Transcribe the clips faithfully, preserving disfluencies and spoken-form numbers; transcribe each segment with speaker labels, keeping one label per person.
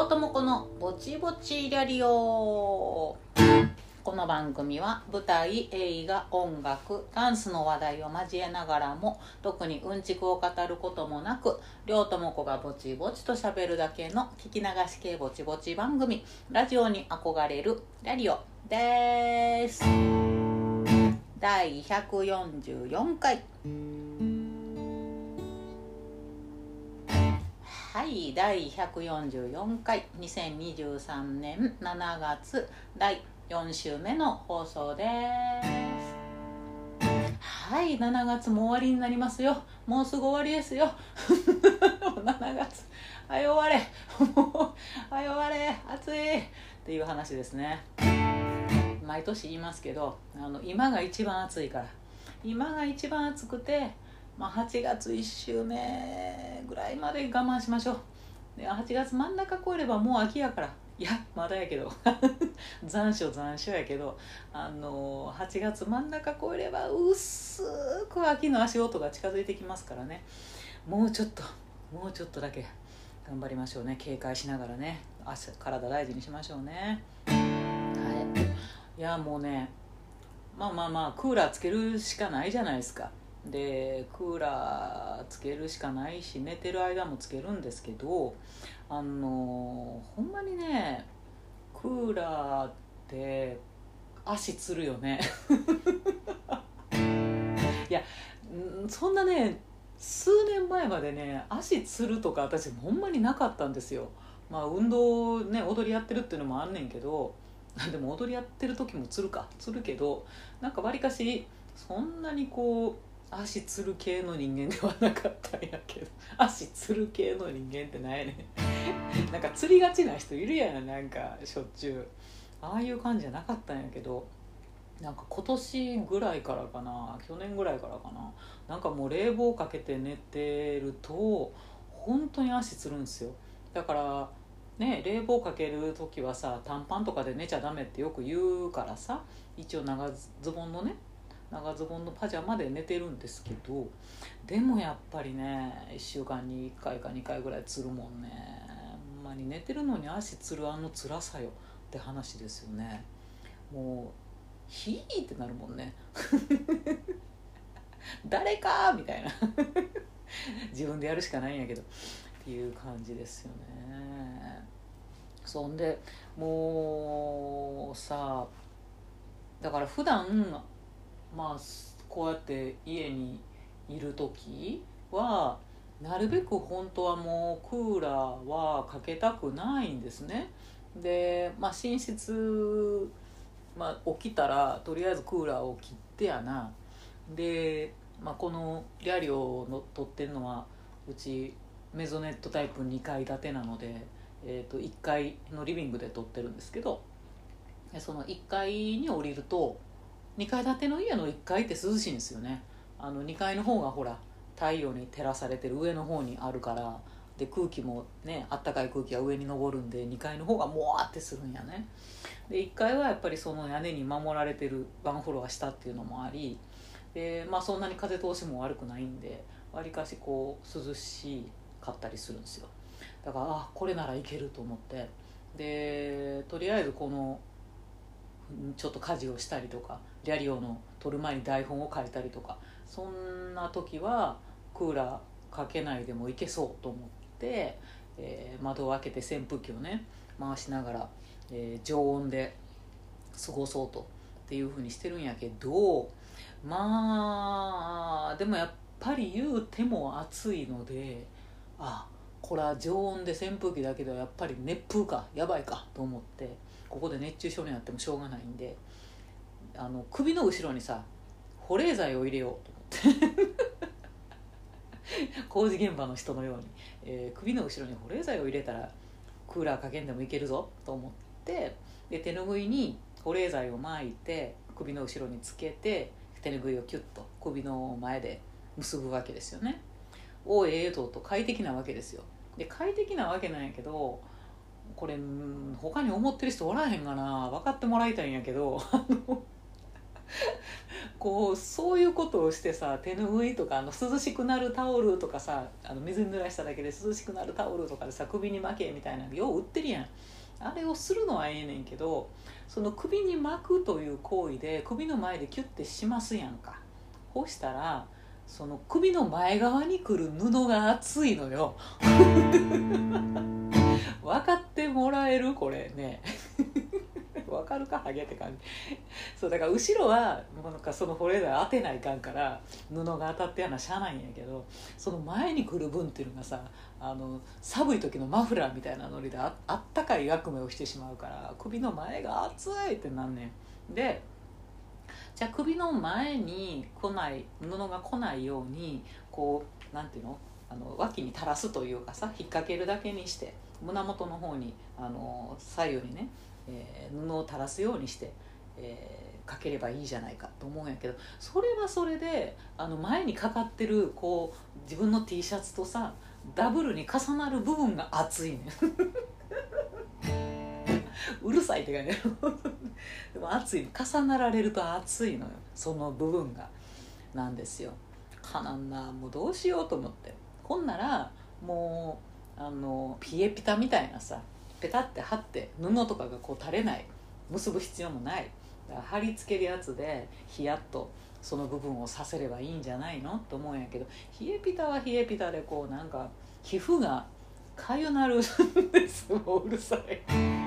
Speaker 1: ともこのぼちぼちラリオ。この番組は舞台、映画、音楽、ダンスの話題を交えながらも特にうんちくを語ることもなく、りょうともこがぼちぼちと喋るだけの聞き流し系ぼちぼち番組、ラジオに憧れるラリオです。だいひゃくよんじゅうよんかい。はい、だいひゃくよんじゅうよんかい、にせんにじゅうさんねんしちがつだいよん週目の放送です。はい、しちがつも終わりになりますよ。もうすぐ終わりですよ。しちがつ、はい終われ。もう、はい終われ。暑いっていう話ですね。毎年言いますけど、あの今が一番暑いから。今が一番暑くて、まあ、はちがついっ週目ぐらいまで我慢しましょう。ではちがつ真ん中超えればもう秋やから。いやまだやけど残暑残暑やけど、あのはちがつ真ん中超えれば薄く秋の足音が近づいてきますからね。もうちょっともうちょっとだけ頑張りましょうね。警戒しながらね、足体大事にしましょうね。はい、いやもうね、まあまあまあクーラーつけるしかないじゃないですか。でクーラーつけるしかないし、寝てる間もつけるんですけど、あのほんまにね、クーラーって足つるよねいやそんなね、数年前までね足つるとか私ほんまになかったんですよ。まあ運動ね、踊りやってるっていうのもあんねんけど、でも踊りやってる時もつるかつるけど、なんかわりかしそんなにこう足つる系の人間ではなかったんやけど足つる系の人間ってなんやねんなんかつりがちな人いるやん、なんかしょっちゅうああいう感じじゃなかったんやけど、なんか今年ぐらいからかな、去年ぐらいからかな、なんかもう冷房かけて寝てると本当に足つるんですよ。だからね、冷房かける時はさ、短パンとかで寝ちゃダメってよく言うからさ、一応長ズボンのね長ズボンのパジャマで寝てるんですけど、でもやっぱりねいっしゅうかんにいっかいかにかいぐらいつるもんね。ほんまに寝てるのに足つるあの辛さよって話ですよね。もうヒーってなるもんね誰かみたいな自分でやるしかないんやけどっていう感じですよね。そんでもうさ、だから普段まあこうやって家にいる時はなるべく本当はもうクーラーはかけたくないんですね。で、まあ、寝室、まあ、起きたらとりあえずクーラーを切ってやな。で、まあ、このリャリオの撮ってるのはうちメゾネットタイプにかい建てなので、えー、といっかいのリビングで撮ってるんですけど、そのいっかいに降りるとにかい建ての家のいっかいって涼しいんですよね。あのにかいの方がほら太陽に照らされてる上の方にあるから、で空気もね、あったかい空気が上に上るんでにかいの方がもわってするんやね。でいっかいはやっぱりその屋根に守られてるワンフロア下っていうのもあり、で、まあ、そんなに風通しも悪くないんでわりかしこう涼しかったりするんですよ。だからあこれならいけると思って、でとりあえずこのちょっと家事をしたりとか、リャリオの撮る前に台本を書いたりとか、そんな時はクーラーかけないでもいけそうと思って、えー窓を開けて扇風機をね回しながら、えー常温で過ごそうとっていう風にしてるんやけど、まあでもやっぱり言うても暑いので、あこれは常温で扇風機だけではやっぱり熱風かやばいかと思って、ここで熱中症になってもしょうがないんで、あの首の後ろにさ保冷剤を入れようと思って工事現場の人のように、えー首の後ろに保冷剤を入れたらクーラーかけんでもいけるぞと思って、で手ぬぐいに保冷剤を巻いて首の後ろにつけて、手ぬぐいをキュッと首の前で結ぶわけですよね。おええとと快適なわけですよ。で快適なわけなんやけど、これ他に思ってる人おらへんがな、分かってもらいたいんやけどこうそういうことをしてさ、手ぬぐいとかあの涼しくなるタオルとかさ、あの水に濡らしただけで涼しくなるタオルとかでさ、首に巻けみたいなのよう売ってるやん。あれをするのはええねんけど、その首に巻くという行為で首の前でキュッてしますやんか。こうしたらその首の前側に来る布が熱いのよ。分かってもらえるこれね。分かるかハゲって感じ。そうだから後ろはなんかその保冷剤当てないかんから布が当たってやなしゃあないんやけど、その前に来る分っていうのがさ、あの寒い時のマフラーみたいなノリで あ, あったかい役目をしてしまうから首の前が熱いってなんねん。でじゃあ首の前に来ない布が来ないようにこうなんていうの、あの脇に垂らすというかさ、引っ掛けるだけにして胸元の方にあの左右にね、えー、布を垂らすようにして、えー、かければいいじゃないかと思うんやけど、それはそれであの前にかかってるこう自分の T シャツとさダブルに重なる部分が熱いねうるさいって感じでも熱い、重なられると熱いのよ、その部分がなんですよ。かなんな、もうどうしようと思って、こんならもうあのピエピタみたいなさ、ペタって貼って布とかがこう垂れない、結ぶ必要もない、だから貼り付けるやつでヒヤッとその部分をさせればいいんじゃないのと思うんやけど、冷えピタは冷えピタでこうなんか皮膚がかゆなるんですもううるさい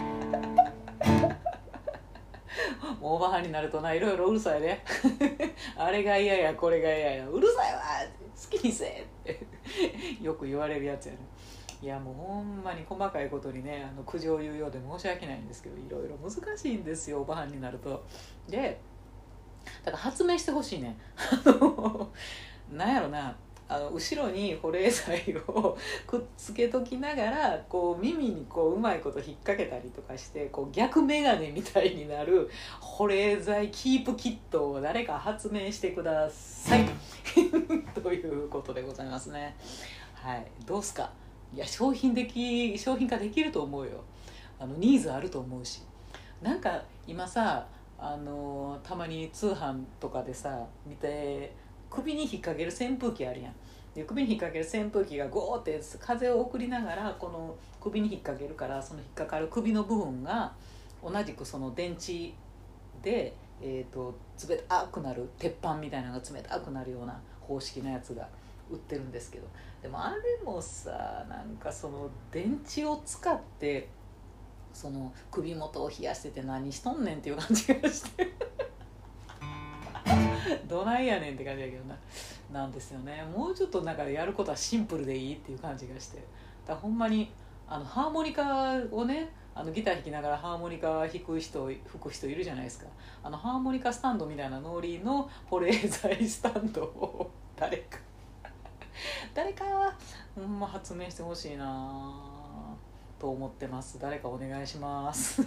Speaker 1: オーバーハンになるとないろいろうるさいねあれが嫌やこれが嫌やうるさいわ好きにせえってよく言われるやつやね。いやもうほんまに細かいことにねあの苦情言うようで申し訳ないんですけど、いろいろ難しいんですよオーバーハンになると。でだから発明してほしいねあのなんやろな、あの後ろに保冷剤をくっつけときながらこう耳にこううまいこと引っ掛けたりとかしてこう逆メガネみたいになる保冷剤キープキットを誰か発明してくださいということでございますね。はい、どうすか。いや商品的商品化できると思うよ。あのニーズあると思うし、なんか今さあのたまに通販とかでさ見て首に引っ掛ける扇風機あるやん。で首に引っ掛ける扇風機がゴーって風を送りながらこの首に引っ掛けるから、その引っ掛かる首の部分が同じくその電池で、えー、と冷たくなる鉄板みたいなのが冷たくなるような方式のやつが売ってるんですけど、でもあれもさなんかその電池を使ってその首元を冷やしてて何しとんねんっていう感じがしてどないやねんって感じだけどな、なんですよね。もうちょっとなんかやることはシンプルでいいっていう感じがして、だからほんまにあのハーモニカをね、あのギター弾きながらハーモニカ弾く人吹く人いるじゃないですか。あのハーモニカスタンドみたいなノリの保冷剤スタンドを誰か誰かほんま発明してほしいなと思ってます。誰かお願いします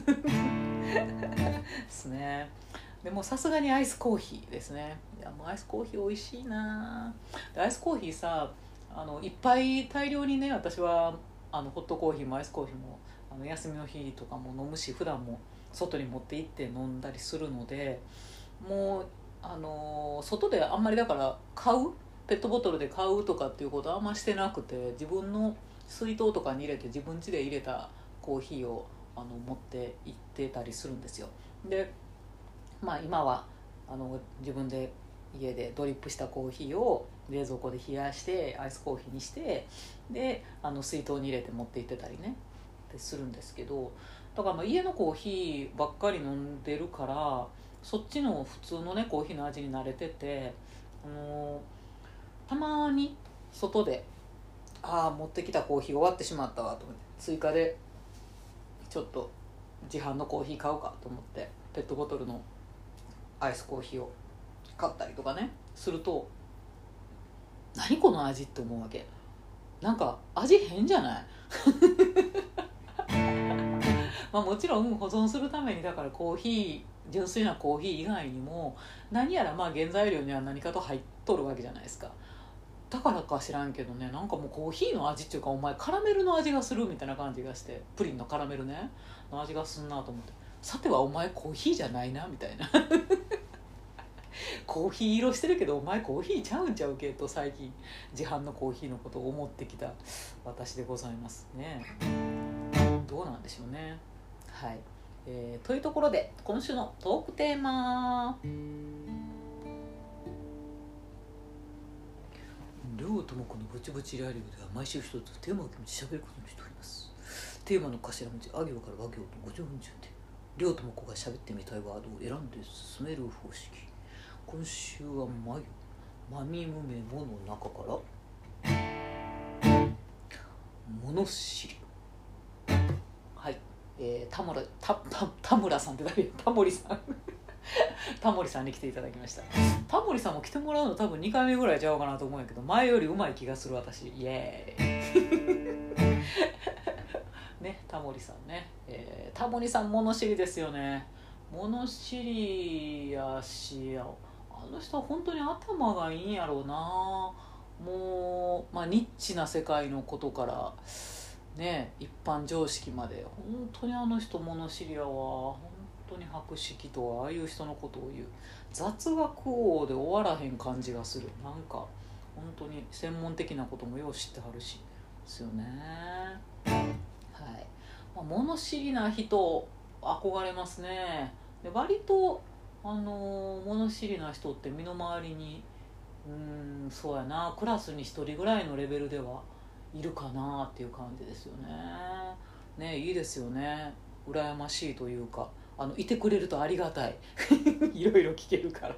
Speaker 1: ですね。でもさすがにアイスコーヒーですね。いやもうアイスコーヒー美味しいな。アイスコーヒーさあのいっぱい大量にね、私はあのホットコーヒーもアイスコーヒーもあの休みの日とかも飲むし、普段も外に持って行って飲んだりするので、もうあの外であんまりだから買うペットボトルで買うとかっていうことはあんましてなくて、自分の水筒とかに入れて自分家で入れたコーヒーをあの持って行ってたりするんですよ。でまあ今はあの自分で家でドリップしたコーヒーを冷蔵庫で冷やしてアイスコーヒーにして、であの水筒に入れて持って行ってたりねってするんですけど、だからまあ家のコーヒーばっかり飲んでるからそっちの普通のねコーヒーの味に慣れてて、あのたまに外でああ持ってきたコーヒー終わってしまったわと思って追加でちょっと自販のコーヒー買うかと思ってペットボトルのアイスコーヒーを買ったりとかねすると、何この味って思うわけ。なんか味変じゃないまあもちろん保存するためにだからコーヒー純粋なコーヒー以外にも何やらまあ原材料には何かと入っとるわけじゃないですか。だからか知らんけどね、なんかもうコーヒーの味っていうかお前カラメルの味がするみたいな感じがして、プリンのカラメルねの味がすんなと思って、さてはお前コーヒーじゃないなみたいなコーヒー色してるけどお前コーヒーちゃうんちゃうけと最近自販のコーヒーのことを思ってきた私でございますね。どうなんでしょうね。はい、えー、というところで今週のトークテーマ、両友子のブチブチラリオでは毎週一つテーマを決めて喋ることにしております。テーマの頭文字あ行から和行とごじゅうふん順で両友子が喋ってみたいワードを選んで進める方式。今週はマヨマミムメモの中から物知り。はい、えー、田村たた田村さんって誰？タモリさんタモリさんに来ていただきました。タモリさんも来てもらうの多分にかいめぐらいちゃうかなと思うんやけど、前よりうまい気がする私。イエーイね、タモリさんね、えー、タモリさん物知りですよね。物知りやし、あの人は本当に頭がいいんやろうな。もう、まあ、ニッチな世界のことからね、一般常識まで本当にあの人物知りやわ。本当に博識とはああいう人のことを言う。雑学王で終わらへん感じがする。なんか本当に専門的なこともよう知ってはるしですよね。はい、まあ、物知りな人憧れますね。で割とあのー、物知りな人って身の回りにうーんそうやな、クラスに一人ぐらいのレベルではいるかなっていう感じですよね。ね、いいですよね。羨ましいというか、あのいてくれるとありがたいいろいろ聞けるから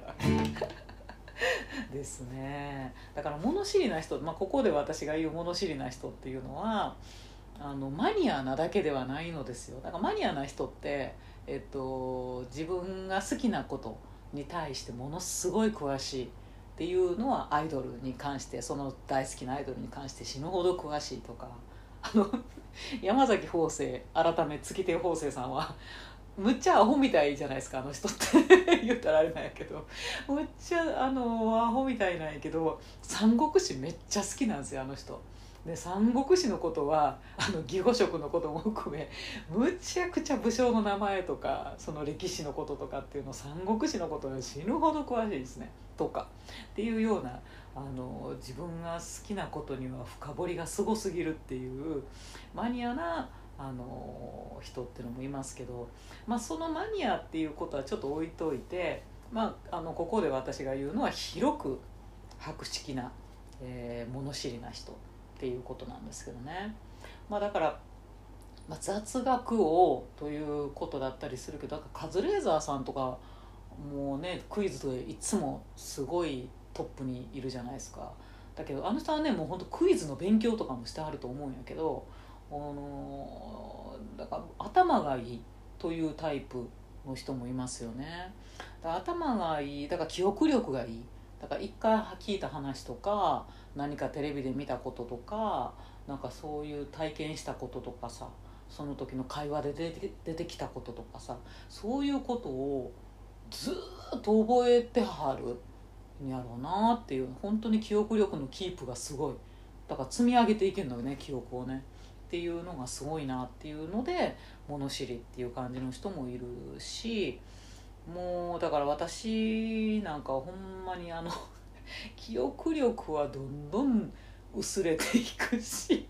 Speaker 1: ですね。だから物知りな人、まあ、ここで私が言う物知りな人っていうのはあのマニアなだけではないのですよ。だからマニアな人って、えっと、自分が好きなことに対してものすごい詳しいっていうのはアイドルに関して、その大好きなアイドルに関して死ぬほど詳しいとか、あの山崎邦生改め月亭邦生さんはむっちゃアホみたいじゃないですか、あの人って言ったらあれなんやけど、むっちゃあのアホみたいなんやけど三国志めっちゃ好きなんですよ、あの人で。三国志のことはあの義語色のことも含めむちゃくちゃ武将の名前とかその歴史のこととかっていうのを三国志のことが死ぬほど詳しいですねとかっていうような、あの自分が好きなことには深掘りがすごすぎるっていうマニアなあの人っていうのもいますけど、まあ、そのマニアっていうことはちょっと置いといて、まあ、あのここで私が言うのは広く博識な、えー、物知りな人っていうことなんですけどね。まあ、だから、まあ、雑学王ということだったりするけど、だからカズレーザーさんとかもうねクイズでいつもすごいトップにいるじゃないですか。だけどあの人はねもう本当クイズの勉強とかもしてはると思うんやけど、あのだから頭がいいというタイプの人もいますよね。だから頭がいい、だから記憶力がいい。だから一回聞いた話とか何かテレビで見たこととかなんかそういう体験したこととかさ、その時の会話で出て、出てきたこととかさ、そういうことをずっと覚えてはるんやろうなっていう。本当に記憶力のキープがすごい。だから積み上げていけるのよね、記憶をねっていうのがすごいなっていうので物知りっていう感じの人もいるし、もうだから私なんかはほんまにあの記憶力はどんどん薄れていくし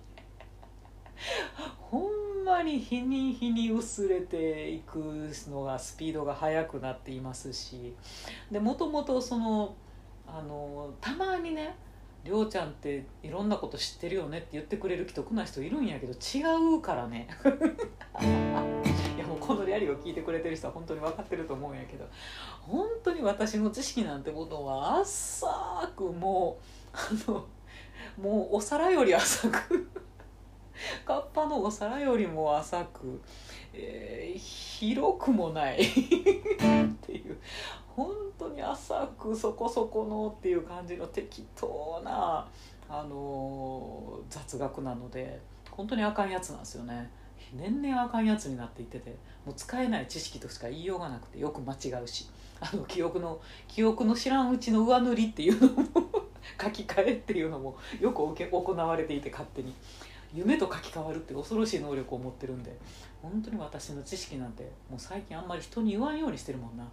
Speaker 1: ほんまに日に日に薄れていくのがスピードが速くなっていますし、でもともとそのあのたまにねりょうちゃんっていろんなこと知ってるよねって言ってくれる既得な人いるんやけど違うからねいやもうこのリアリを聞いてくれてる人は本当に分かってると思うんやけど、本当に私の知識なんてものは浅くもうあのもうお皿より浅くカッパのお皿よりも浅く、えー、広くもないっていう本当に浅くそこそこのっていう感じの適当な、あのー、雑学なので本当にあかんやつなんですよね。年々あかんやつになっていってて、もう使えない知識としか言いようがなくてよく間違うし、あの記憶の記憶の知らんうちの上塗りっていうのも書き換えっていうのもよく行われていて、勝手に夢と書き換わるって恐ろしい能力を持ってるんで、本当に私の知識なんてもう最近あんまり人に言わんようにしてるもんな。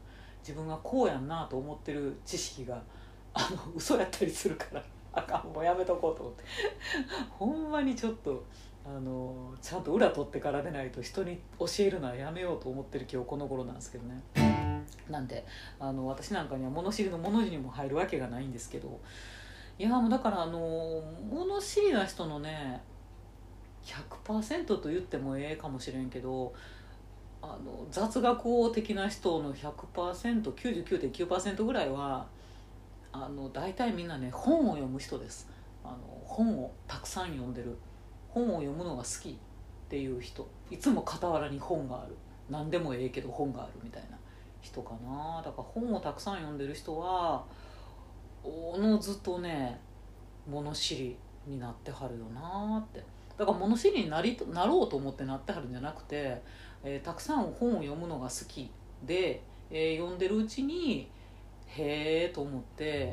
Speaker 1: 自分がこうやんなと思ってる知識があの嘘やったりするからあかんもうやめとこうと思ってほんまにちょっとあのちゃんと裏取ってからでないと人に教えるのはやめようと思ってる今日この頃なんですけどね。なんであの私なんかには物知りの物知りも入るわけがないんですけど、いやもうだからあの物知りな人のね ひゃくパーセント と言ってもええかもしれんけど、あの雑学王的な人の ひゃくパーセント、きゅうじゅうきゅうてんきゅうパーセント ぐらいはあの大体みんなね本を読む人です。あの本をたくさん読んでる、本を読むのが好きっていう人、いつも傍らに本がある、何でもええけど本があるみたいな人かな。だから本をたくさん読んでる人はおのずとね物知りになってはるよなって。だから物知りになりなろうと思ってなってはるんじゃなくて、えーたくさん本を読むのが好きで、えー読んでるうちにへえと思って、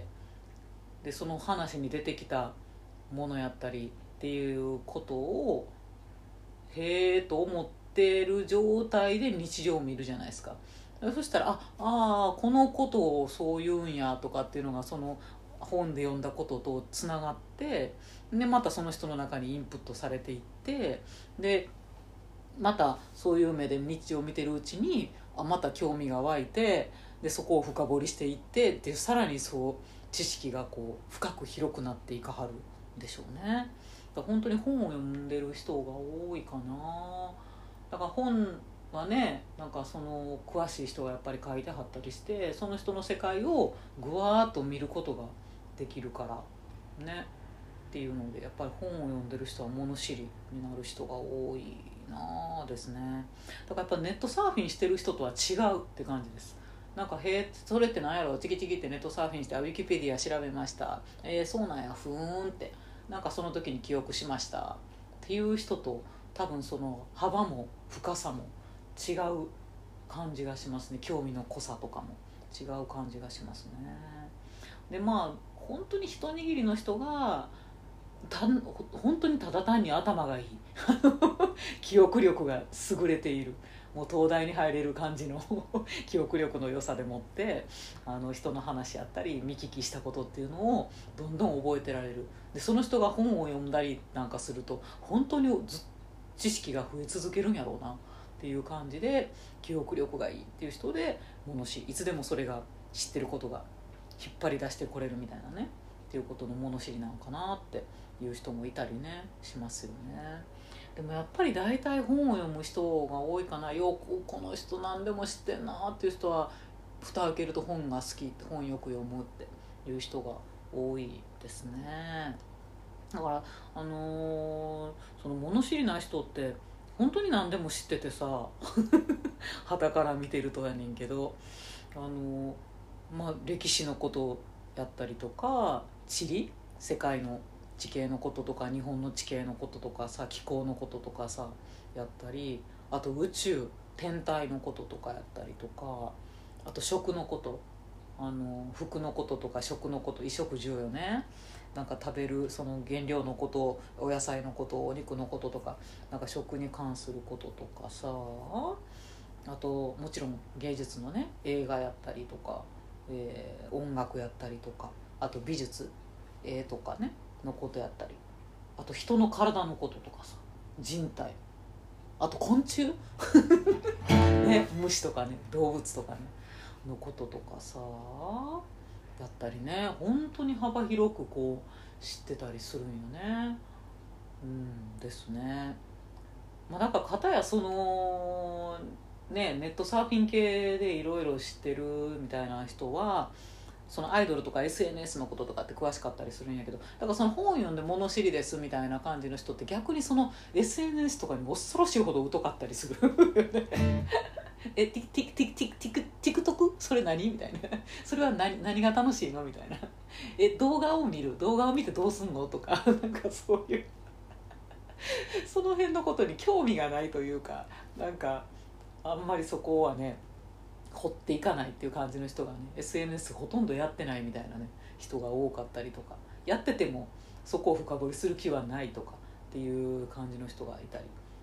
Speaker 1: でその話に出てきたものやったりっていうことをへえと思ってる状態で日常を見るじゃないですか。そしたらああーこのことをそう言うんやとかっていうのがその本で読んだこととつながって、でまたその人の中にインプットされていって、でまたそういう目で日常を見てるうちにあまた興味が湧いて、でそこを深掘りしていって、でさらにそう知識がこう深く広くなっていかはるんでしょうね。だから本当に本を読んでる人が多いかな。だから本はねなんかその詳しい人がやっぱり書いてはったりして、その人の世界をぐわーっと見ることができるからねっていうので、やっぱり本を読んでる人は物知りになる人が多いなですね。だからやっぱネットサーフィンしてる人とは違うって感じです。なんかへえそれって何やろチキチキってネットサーフィンしてウィキペディア調べました、えー、そうなんやふーんってなんかその時に記憶しましたっていう人と多分その幅も深さも違う感じがしますね。興味の濃さとかも違う感じがしますね。でまあ本当に一握りの人がた本当にただ単に頭がいい記憶力が優れている、もう東大に入れる感じの記憶力の良さでもってあの人の話やったり見聞きしたことっていうのをどんどん覚えてられる。でその人が本を読んだりなんかすると本当にず知識が増え続けるんやろうなっていう感じで、記憶力がいいっていう人で物知り、いつでもそれが知ってることが引っ張り出してこれるみたいなねっていうことの物知りなのかなっていう人もいたりねしますよね。でもやっぱり大体本を読む人が多いかな。よくこの人何でも知ってんなっていう人は蓋を開けると本が好き、本よく読むっていう人が多いですね。だからあのーその物知りな人って本当に何でも知っててさ傍から見てるとやねんけど、あのーまあ歴史のことやったりとか地理、世界の地形のこととか日本の地形のこととかさ、気候のこととかさやったり、あと宇宙天体のこととかやったりとか、あと食のこと、あの服のこととか食のこと、衣食住よね。なんか食べるその原料のこと、お野菜のこと、お肉のこととか、なんか食に関することとかさ、あともちろん芸術のね映画やったりとか、えー音楽やったりとか、あと美術絵とかねのことやったり、あと人の体のこととかさ、人体、あと昆虫ね、虫とかね動物とかねのこととかさやったりね、本当に幅広くこう知ってたりするんよね。うんですね。まあなんか片やそのねネットサーフィン系でいろいろ知ってるみたいな人はそのアイドルとか エスエヌエス のこととかって詳しかったりするんやけど、だからその本読んで物知りですみたいな感じの人って逆にその エスエヌエス とかに恐ろしいほど疎かったりするよねえ、ティティティティティティクトクそれ何みたいなそれは何何が楽しいのみたいなえ、動画を見る動画を見てどうすんのとかなんかそういうその辺のことに興味がないというか、なんかあんまりそこはね掘っていかないっていう感じの人がね エスエヌエス ほとんどやってないみたいなね人が多かったりとか、やっててもそこを深掘りする気はないとかっていう感じの人がいたり、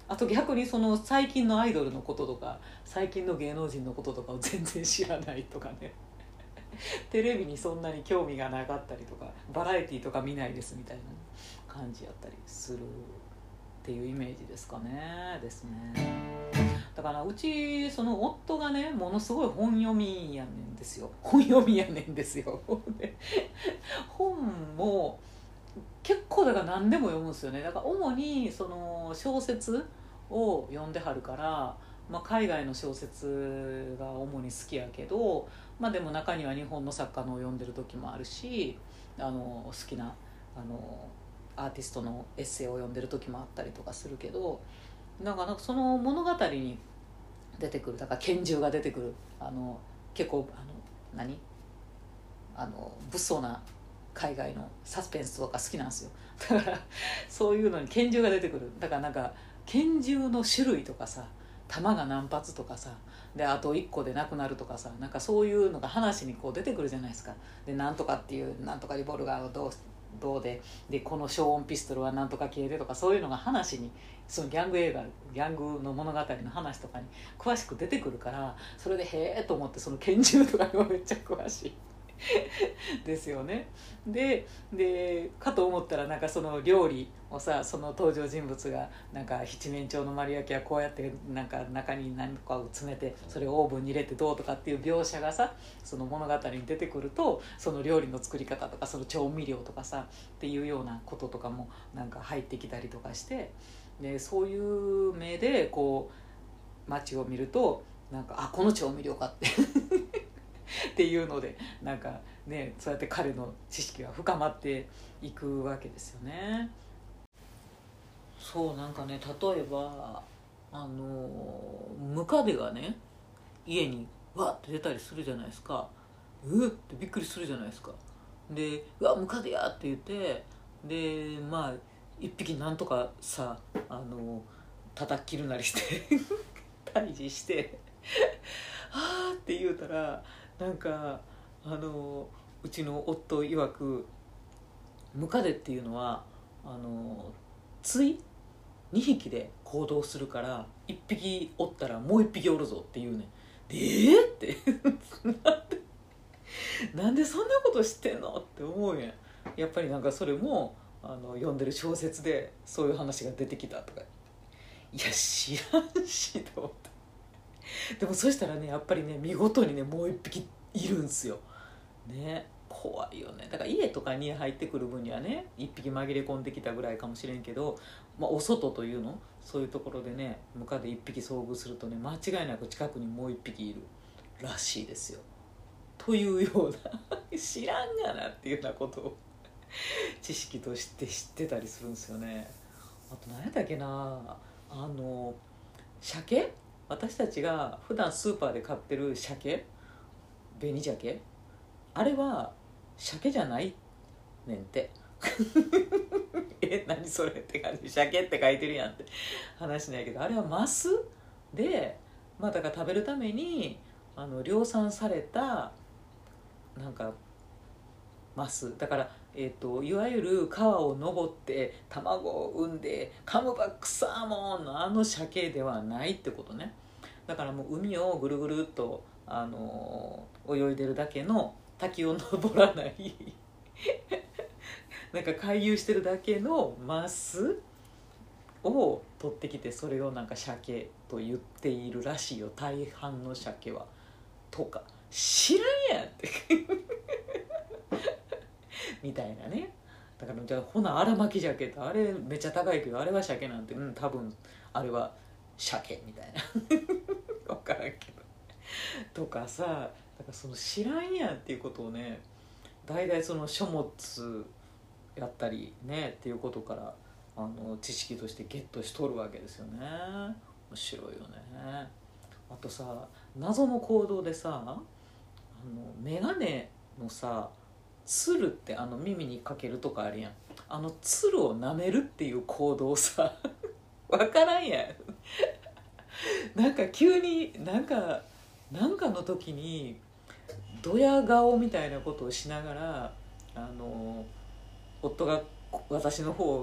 Speaker 1: あと逆にその最近のアイドルのこととか最近の芸能人のこととかを全然知らないとかねテレビにそんなに興味がなかったりとかバラエティとか見ないですみたいな感じやったりするっていうイメージですかねですね。だからうちその夫がねものすごい本読みやねんですよ本読みやねんですよ本も結構だから何でも読むんですよね。だから主にその小説を読んではるから、まあ、海外の小説が主に好きやけど、まあ、でも中には日本の作家のを読んでる時もあるし、あの好きなあのアーティストのエッセイを読んでる時もあったりとかするけど、なんかなんかその物語に出てくるだから拳銃が出てくるあの結構あの何あの物騒な海外のサスペンスとか好きなんですよ。だからそういうのに拳銃が出てくる。だからなんか拳銃の種類とかさ、弾が何発とかさ、であといっこでなくなるとかさ、なんかそういうのが話にこう出てくるじゃないですか。でなんとかっていうなんとかリボルガーをどうどうででこの消音ピストルはなんとか系でとか、そういうのが話にそのギャング映画ギャングの物語の話とかに詳しく出てくるから、それでへえと思ってその拳銃とかにもめっちゃ詳しいですよね。ででかと思ったらなんかその料理をさ、その登場人物がなんか七面鳥の丸焼きはこうやってなんか中に何かを詰めてそれをオーブンに入れてどうとかっていう描写がさ、その物語に出てくると、その料理の作り方とかその調味料とかさっていうようなこととかもなんか入ってきたりとかして、でそういう目でこう街を見るとなんかあこの調味料かってっていうのでなんかね、そうやって彼の知識が深まっていくわけですよね。そうなんかね、例えばあのムカデがね家にわって出たりするじゃないですか。うっってびっくりするじゃないですか。でうわムカデやって言って、でまあ一匹なんとかさあの叩き切るなりして退治してはーって言うたら、なんかあのうちの夫曰くムカデっていうのはあの対にひきで行動するからいっぴきおったらもういっぴきおるぞっていうね。でえー、ってなんでなんでそんなこと知ってんのって思うやん。やっぱりなんかそれもあの読んでる小説でそういう話が出てきたとか、いや知らんしと思って。でもそしたらねやっぱりね見事にねもう一匹いるんすよね。怖いよね。だから家とかに入ってくる分にはね一匹紛れ込んできたぐらいかもしれんけど、まあ、お外というのそういうところでねムカデ一匹遭遇するとね間違いなく近くにもう一匹いるらしいですよ。というような知らんがなっていうようなことを知識として知ってたりするんですよね。あと何やったっけな、あの鮭、私たちが普段スーパーで買ってる鮭、紅鮭、あれは鮭じゃないねんってえ何それって感じ、鮭って書いてるやんって話なんやけど、あれはマスで、まあだから食べるためにあの量産されたなんかマスだから、えーと、いわゆる川を登って卵を産んでカムバックサーモンのあの鮭ではないってことね。だからもう海をぐるぐるっと、あのー泳いでるだけの、滝を登らないなんか回遊してるだけのマスを取ってきて、それをなんか鮭と言っているらしいよ大半の鮭はとか知らんやんってみたいなね。だからじゃあほな荒巻鮭ってあれめっちゃ高いけどあれは鮭なんて、うん多分あれは鮭みたいな分からんけどとかさ、だからその知らんやんっていうことをね大体その書物やったりねっていうことからあの知識としてゲットしとるわけですよね。面白いよね。あとさ謎の行動でさ、あのメガネのさつるってあの耳にかけるとかあるやん、あのつるを舐めるっていう行動さわからんやんなんか急になんかなんかの時にドヤ顔みたいなことをしながらあの夫が私の方を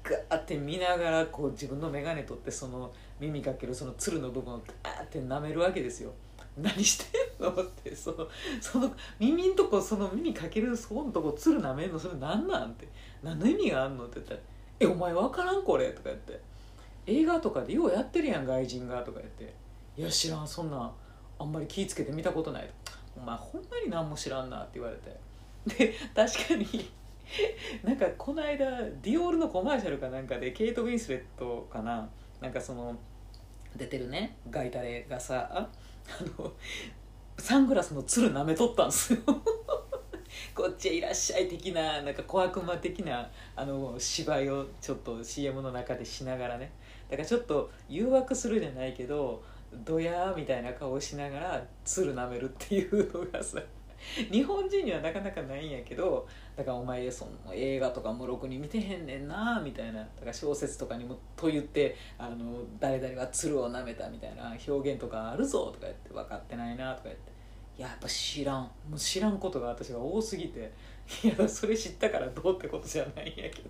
Speaker 1: ガーって見ながらこう自分の眼鏡取ってその耳かけるそのつるの部分をガーって舐めるわけですよ。何してんのってそのその耳んとこその耳かけるそこのとこつる舐めんのそれ何なんって何の意味があんのって言ったら「えお前分からんこれ」とか言って「映画とかでようやってるやん外人が」とか言って「いや知らんそんなあんまり気ぃつけて見たことない」お前ほんまに何も知らんな」って言われてで確かになんかこの間ディオールのコマーシャルかなんかでケイト・ウィンスレットかななんかその出てるねガイタレがさあのサングラスのつる舐めとったんすよこっちへいらっしゃい的ななんか小悪魔的なあの芝居をちょっと シーエム の中でしながらねだからちょっと誘惑するじゃないけどドヤーみたいな顔をしながらつる舐めるっていうのがさ日本人にはなかなかないんやけどだからお前その映画とかもろくに見てへんねんなみたいなだから小説とかにもと言ってあの誰々が鶴を舐めたみたいな表現とかあるぞとか言って分かってないなとか言っていややっぱ知らんもう知らんことが私は多すぎていやそれ知ったからどうってことじゃないんやけど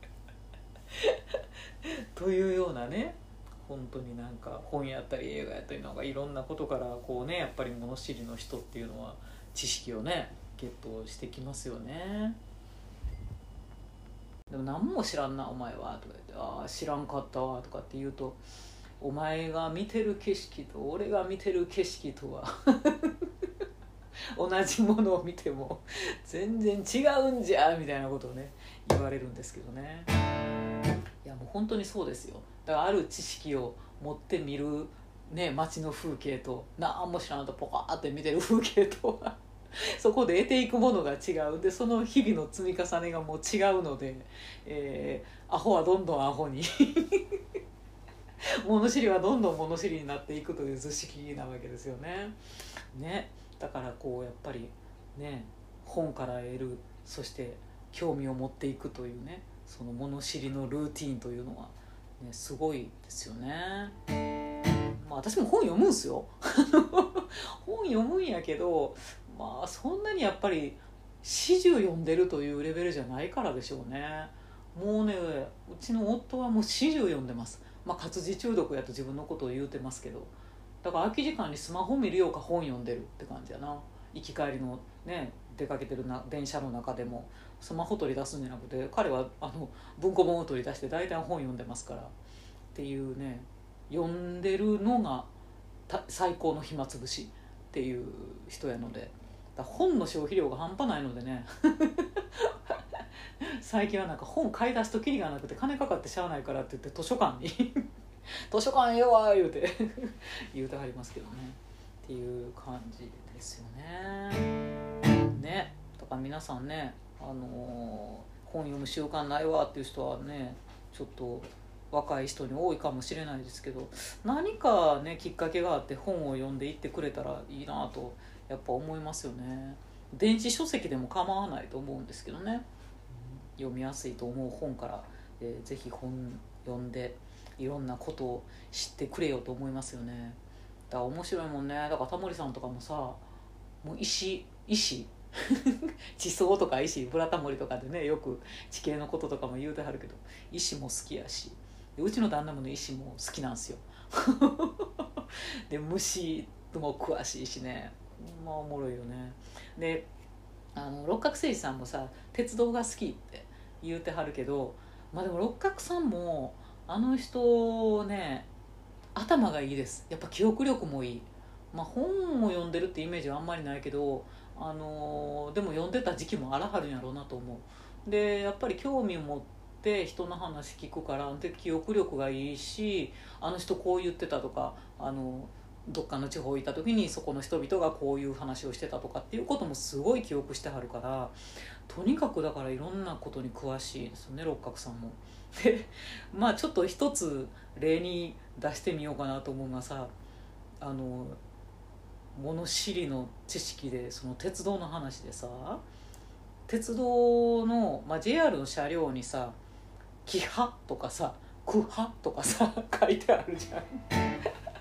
Speaker 1: というようなね本当になんか本やったり映画やったりなんかいろんなことからこうねやっぱり物知りの人っていうのは知識をねゲットしてきますよね。でも何も知らんなお前はとか言ってああ知らんかったわとかって言うとお前が見てる景色と俺が見てる景色とは同じものを見ても全然違うんじゃみたいなことをね言われるんですけどね。いやもう本当にそうですよ。だからある知識を持って見るね街の風景と何も知らんとポカーって見てる風景とはそこで得ていくものが違うでその日々の積み重ねがもう違うので、えー、アホはどんどんアホに物知りはどんどん物知りになっていくという図式なわけですよね。ねだからこうやっぱりね本から得るそして興味を持っていくというねその物知りのルーティーンというのは、ね、すごいですよね。まあ私も本読むんすよ本読むんやけどまあそんなにやっぱり始終読んでるというレベルじゃないからでしょうね。もうねうちの夫はもう始終読んでます。まあ活字中毒やと自分のことを言うてますけどだから空き時間にスマホ見るようか本読んでるって感じやな。行き帰りのね出かけてるな電車の中でもスマホ取り出すんじゃなくて彼はあの文庫本を取り出して大体本読んでますからっていうね読んでるのが最高の暇つぶしっていう人やのでだ本の消費量が半端ないのでね最近はなんか本買い出すときりがなくて金かかってしゃあないからって言って図書館に図書館ええわ言うて言うてはりますけどねっていう感じですよね。ねだから皆さんね、あのー、本読む習慣ないわっていう人はねちょっと若い人に多いかもしれないですけど何かねきっかけがあって本を読んでいってくれたらいいなとやっぱ思いますよね。電子書籍でも構わないと思うんですけどね読みやすいと思う本から、えー、ぜひ本読んでいろんなことを知ってくれよと思いますよね。だから面白いもんね。だからタモリさんとかもさもう石石地層とか石ブラタモリとかでねよく地形のこととかも言うてはるけど石も好きやしうちの旦那もね石も好きなんですよで虫も詳しいしねまあおもろいよね。であの六角誠治さんもさ鉄道が好きって言うてはるけどまあでも六角さんもあの人ね頭がいいです。やっぱ記憶力もいい。まあ本を読んでるってイメージはあんまりないけどあのー、でも読んでた時期もあらはるんやろうなと思う。でやっぱり興味を持って人の話聞くからで記憶力がいいしあの人こう言ってたとかあのどっかの地方行った時にそこの人々がこういう話をしてたとかっていうこともすごい記憶してはるからとにかくだからいろんなことに詳しいですよね六角さんも。でまあちょっと一つ例に出してみようかなと思うのがさあの物知りの知識でその鉄道の話でさ鉄道の、まあ、ジェイアール の車両にさキハとかさクハとかさ書いてあるじゃん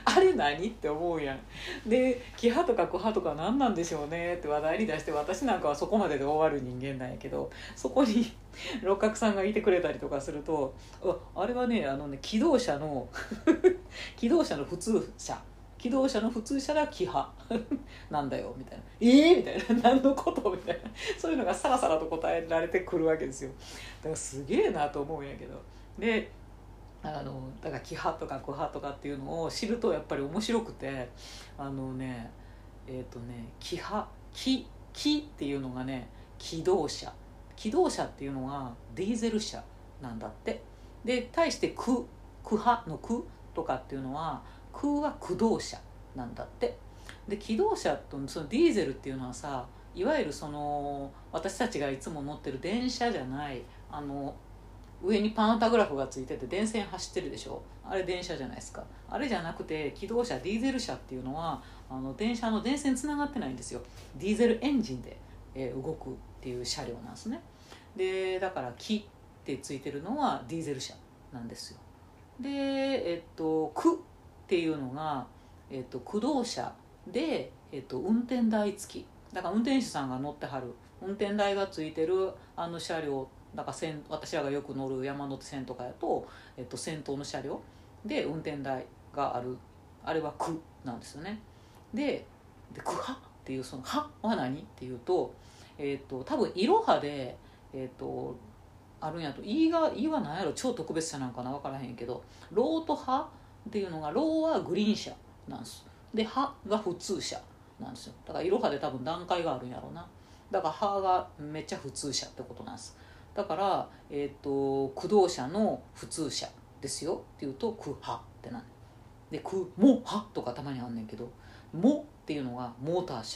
Speaker 1: あれ何って思うやん。でキハとかクハとか何なんでしょうねって話題に出して、私なんかはそこまでで終わる人間なんやけど、そこに六角さんがいてくれたりとかすると、ああれはねあのね機動車の機動車の普通車機動車の普通車がキハなんだよみたいな、えー、みたいな、何のことみたいな、そういうのがさらさらと答えられてくるわけですよ。だからすげえなと思うんやけど、であのだからキハとかクハとかっていうのを知るとやっぱり面白くて、あのねえっ、ー、とねキハキキっていうのがね機動車、機動車っていうのはディーゼル車なんだって。で対してククハのクとかっていうのは空は駆動車なんだって。で機動車とそのディーゼルっていうのはさ、いわゆるその私たちがいつも乗ってる電車じゃない、あの上にパンタグラフがついてて電線走ってるでしょ、あれ電車じゃないですか。あれじゃなくて機動車ディーゼル車っていうのはあの電車の電線つながってないんですよ。ディーゼルエンジンで、えー動くっていう車両なんですね。でだから木ってついてるのはディーゼル車なんですよ。でえっと区っていうのが、えっと、駆動車で、えっと、運転台付きだから運転手さんが乗ってはる運転台がついてるあの車両だから、私らがよく乗る山手線とかやと、えっと、先頭の車両で運転台がある、あれは区なんですよね。でで区派っていうその派は何っていうと、えっと、多分いろはで、えっと、あるんやと、いがいは何やろ、超特別車なんかな分からへんけど、ローと派っていうのが、ローはグリーン車なんです。で派が普通車なんですよ。だからいろはで多分段階があるんやろうな。だから派がめっちゃ普通車ってことなんです。だから、えー、と駆動車の普通車ですよっていうと駆派ってなんで、駆も派とかたまにあんねんけど、もっていうのがモーター車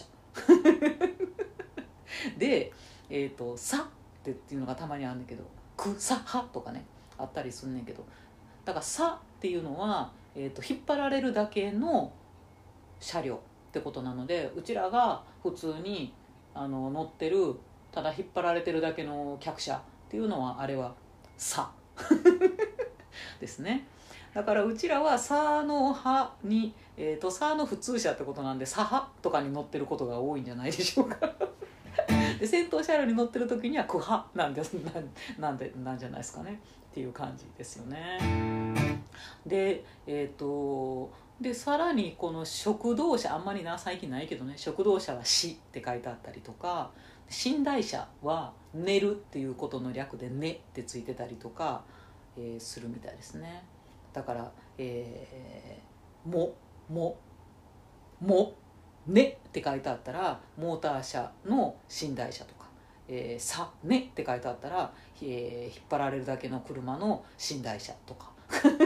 Speaker 1: で、えー、とさってっていうのがたまにあんねんけど、くさはとかねあったりすんねんけど、だからさっていうのは、えー、と引っ張られるだけの車両ってことなので、うちらが普通にあの乗ってるただ引っ張られてるだけの客車っていうのは、あれはさですね。だからうちらはさの派に、えー、とさの普通車ってことなんで、さ派とかに乗ってることが多いんじゃないでしょうかで先頭車両に乗ってる時には区派なんですなんなんでなんじゃないですかねっていう感じですよね。でえっ、ー、とでさらにこの食堂車、あんまりな最近ないけどね、食堂車は死って書いてあったりとか、寝台車は寝るっていうことの略で寝ってついてたりとか、えーするみたいですね。だから、えーもももねって書いてあったらモーター車の寝台車とか、えー、さねって書いてあったら、えー引っ張られるだけの車の寝台車とか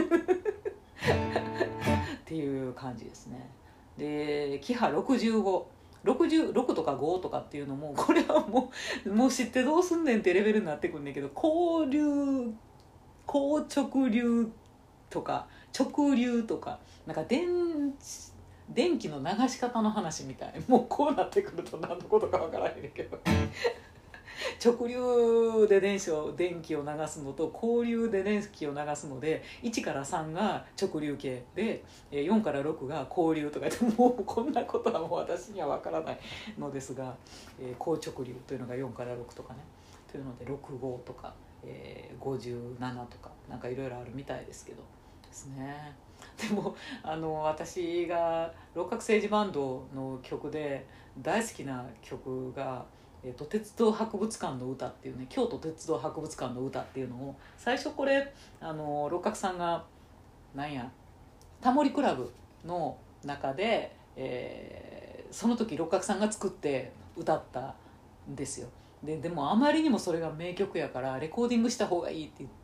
Speaker 1: っていう感じですね。でキハろくじゅうご、ろくじゅうろくとかごとかっていうのも、これはもうもう知ってどうすんねんってレベルになってくんねんけど、交流高直流とか直流とか、なんか電電気の流し方の話みたい、もうこうなってくると何のことかわからへんけど直流で電子を電気を流すのと交流で電気を流すので、いちからさんが直流系でよんからろくが交流とか言って、もうこんなことはもう私にはわからないのですが、えー、高直流というのがよんからろくとかね、というのでろくじゅうごとか、えー、ごじゅうななとかなんかいろいろあるみたいですけどですね。でもあの私が六角政治バンドの曲で大好きな曲が、えーと、鉄道博物館の歌っていうね、京都鉄道博物館の歌っていうのを、最初これあの六角さんがなんやタモリクラブの中で、えーその時六角さんが作って歌ったんですよ。ででもあまりにもそれが名曲やからレコーディングした方がいいって言って、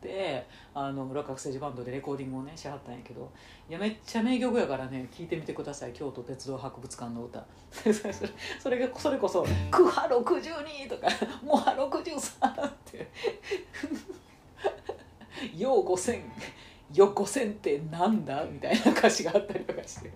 Speaker 1: あの六角政治バンドでレコーディングをねしはったんやけど、いやめっちゃ名曲やからね、聞いてみてください、京都鉄道博物館の歌それがそれこそ「クハろくじゅうに」とか「モハろくじゅうさん」って「ようごせんよごせんってなんだ?」みたいな歌詞があったりとかして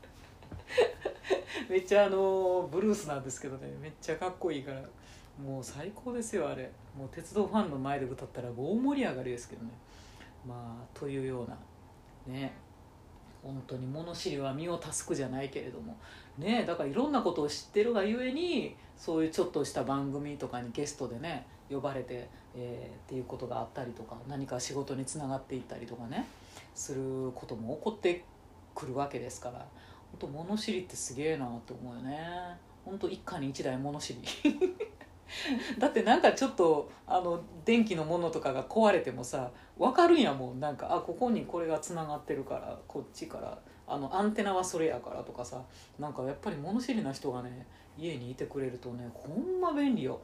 Speaker 1: めっちゃあのブルースなんですけどね、めっちゃかっこいいからもう最高ですよあれ。もう鉄道ファンの前で歌ったら大盛り上がりですけどね。まあというようなね本当に物知りは身を助くじゃないけれどもね。だからいろんなことを知ってるがゆえにそういうちょっとした番組とかにゲストでね呼ばれて、えー、っていうことがあったりとか、何か仕事につながっていったりとかねすることも起こってくるわけですから、本当物知りってすげえなって思うよね。本当一家に一台物知りだってなんかちょっとあの電気のものとかが壊れてもさ分かるんやもん。なんかあここにこれがつながってるからこっちからあのアンテナはそれやからとかさ、なんかやっぱり物知りな人がね家にいてくれるとねほんま便利よ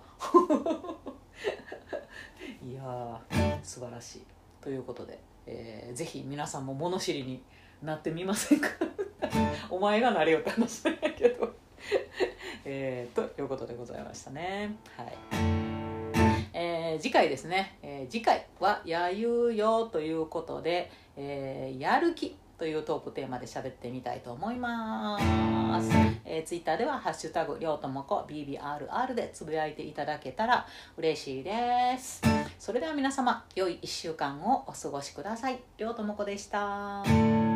Speaker 1: いやー素晴らしいということで、えー、ぜひ皆さんも物知りになってみませんかお前がなれよって話なんやけどえー、ということでございましたね。はい、えー、次回ですね、えー、次回はやゆよということで、えー、やる気というトークテーマで喋ってみたいと思います。えー、ツイッターではハッシュタグりょうともこ ビービーアールアール でつぶやいていただけたら嬉しいです。それでは皆様良いいっしゅうかんをお過ごしください。りょうともこでした。